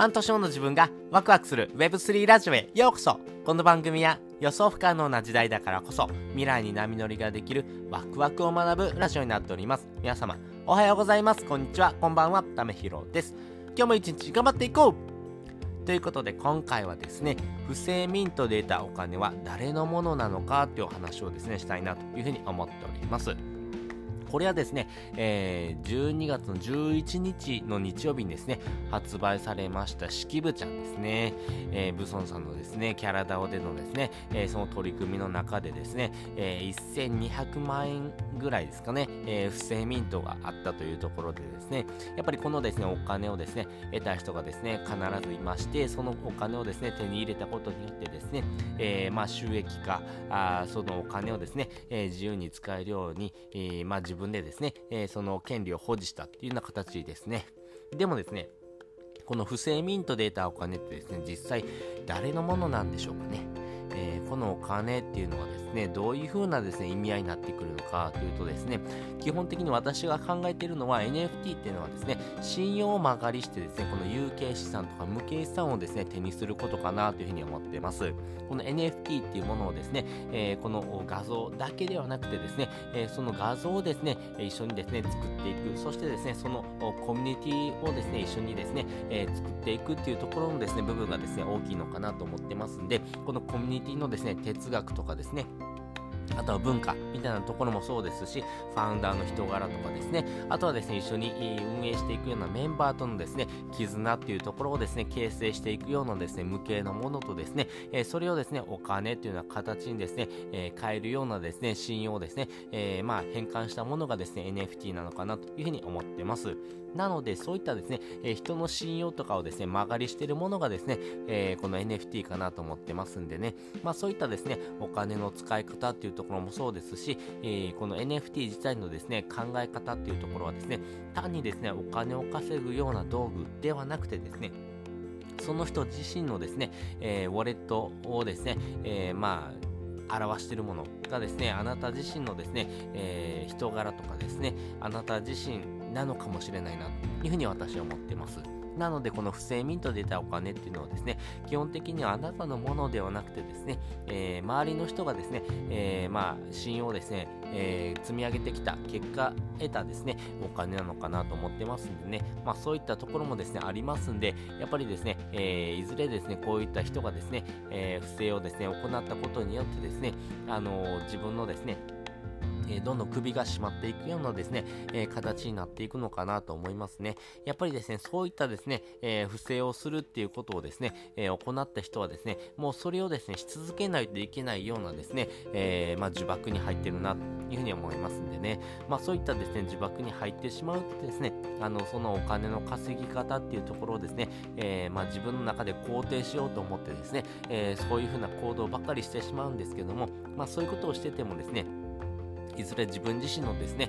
半年後の自分がワクワクする Web3 ラジオへようこそ。この番組は予想不可能な時代だからこそ未来に波乗りができるワクワクを学ぶラジオになっております。皆様おはようございます、こんにちは、こんばんは、ためひろです。今日も一日頑張っていこうということで、今回はですね、不正ミントで得たお金は誰のものなのかというお話をですねしたいなというふうに思っております。これはですね、12月の11日の日曜日にですね、発売されました式部ちゃんですね。ブソンさんのですね、キャラダオでのですね、その取り組みの中でですね、1200万円ぐらいですかね、不正ミントがあったというところでですね、やっぱりこのですね、お金をですね、得た人がですね、必ずいまして、そのお金をですね、手に入れたことによってですね、収益化、そのお金をですね、自由に使えるように、自分でですね、その権利を保持したっていうような形ですね。でもですね、この不正ミントで得たお金ってですね、実際誰のものなんでしょうかね。このお金っていうのはですね、どういう風なですね、意味合いになってくるのかというとですね、基本的に私が考えているのは NFT っていうのはですね、信用を間借りしてですね、この有形資産とか無形資産をですね、手にすることかなというふうに思っています。この NFT っていうものをですね、この画像だけではなくてですね、その画像をですね、一緒にですね、作っていく。そしてですね、そのコミュニティをですね、一緒にですね、作っていくっていうところのですね、部分がですね、大きいのかなと思ってますんで、このコミュニティのですね、哲学とかですね、あとは文化みたいなところもそうですし、ファウンダーの人柄とかですね、あとはですね、一緒に運営していくようなメンバーとのですね、絆っていうところをですね、形成していくようなですね、無形のものとですね、それをですね、お金というような形にですね、変えるようなですね、信用をですね、変換したものがですね、NFT なのかなというふうに思ってます。なので、そういったですね、人の信用とかをですね、間借りしているものがですね、この NFT かなと思ってますんでね、そういったですね、お金の使い方っていうところもそうですし、この NFT 自体のですね、考え方っていうところはですね、単にですね、お金を稼ぐような道具ではなくてですね、その人自身のですね、ウォレットをですね、表しているものがですね、あなた自身のですね、人柄とかですね、あなた自身なのかもしれないなというふうに私は思っています。なので、この不正ミントで出たお金っていうのはですね、基本的にはあなたのものではなくてですね、周りの人がですね、信用をですね、積み上げてきた結果得たですね、お金なのかなと思ってますんでね、そういったところもですね、ありますんで、やっぱりですね、いずれですね、こういった人がですね、不正をですね、行ったことによってですね、自分のですね、どんどん首が締まっていくようなですね、形になっていくのかなと思いますね。やっぱりですね、そういったですね、不正をするっていうことをですね、行った人はですね、もうそれをですね、し続けないといけないようなですね、呪縛に入ってるなというふうに思いますんでね、そういったですね、呪縛に入ってしまうとですね、そのお金の稼ぎ方っていうところをですね、自分の中で肯定しようと思ってですね、そういうふうな行動ばかりしてしまうんですけども、そういうことをしててもですね、いずれ自分自身のですね、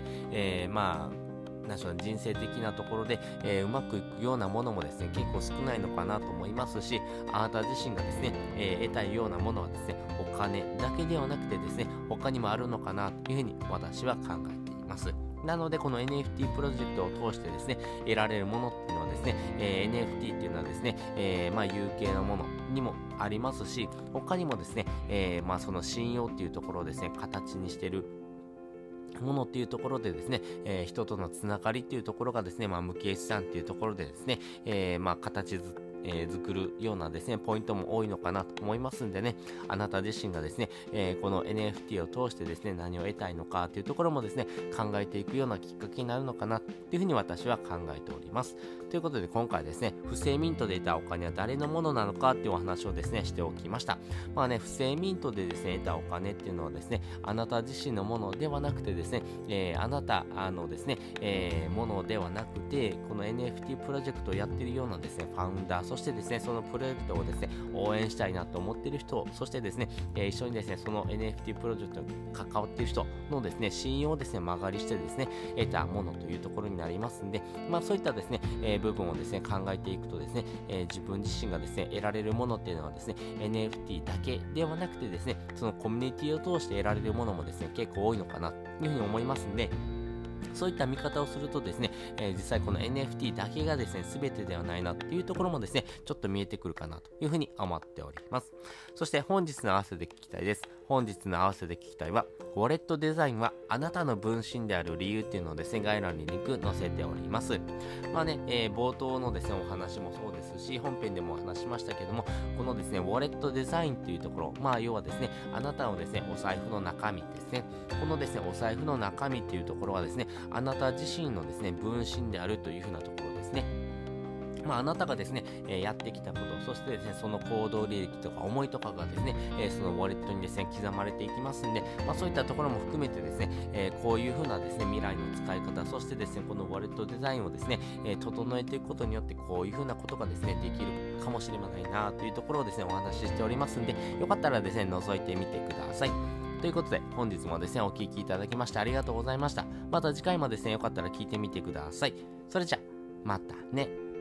人生的なところで、うまくいくようなものもですね、結構少ないのかなと思いますし、あなた自身がですね、得たいようなものはですね、お金だけではなくてですね、他にもあるのかなというふうに私は考えています。なので、この NFT プロジェクトを通してですね、得られるものっていうのはですね、NFT っていうのはですね、有形なものにもありますし、他にもですね、その信用っていうところをですね、形にしているものっていうところでですね、人とのつながりっていうところがですね、無形資産っていうところでですね、形作るようなですね、ポイントも多いのかなと思いますんでね、あなた自身がですね、この NFT を通してですね、何を得たいのかというところもですね、考えていくようなきっかけになるのかなというふうに私は考えております。ということで、今回ですね、不正ミントで得たお金は誰のものなのかっていうお話をですね、しておきました。不正ミントでですね、得たお金っていうのはですね、あなた自身のものではなくてですね、あなたのですね、ものではなくて、この NFT プロジェクトをやっているようなですね、ファウンダー、そしてですね、そのプロジェクトをですね、応援したいなと思っている人、そしてですね、一緒にですね、その NFT プロジェクトに関わっている人のですね、信用をですね、間借りしてですね、得たものというところになりますんで、そういったですね、部分をですね、考えていくとですね、自分自身がですね、得られるものっていうのはですね、NFT だけではなくてですね、そのコミュニティを通して得られるものもですね、結構多いのかなというふうに思いますんで、 そういった見方をするとですね、実際この NFT だけがですね、全てではないなっていうところもですね、ちょっと見えてくるかなというふうに思っております。そして本日の合わせで聞きたいです。本日の合わせで聞きたいは、ウォレットデザインはあなたの分身である理由っていうのをですね、概要欄にリンク載せております。まあね、冒頭のですね、お話もそうですし、本編でもお話しましたけども、このですね、ウォレットデザインっていうところ、まあ要はですね、あなたのですね、お財布の中身ですね。このですね、お財布の中身っていうところはですね、あなた自身のですね、分身であるというふうなところですね。まあ、あなたがですね、やってきたこと、そしてですね、その行動履歴とか思いとかがですね、そのウォレットにですね、刻まれていきますんで、まあ、そういったところも含めてですね、こういう風なですね、未来の使い方、そしてですね、このウォレットデザインをですね、整えていくことによって、こういう風なことがですね、できるかもしれないなというところをですね、お話ししておりますんで、よかったらですね、覗いてみてください。ということで、本日もですね、お聞きいただきましてありがとうございました。また次回もですね、よかったら聞いてみてください。それじゃ、またね。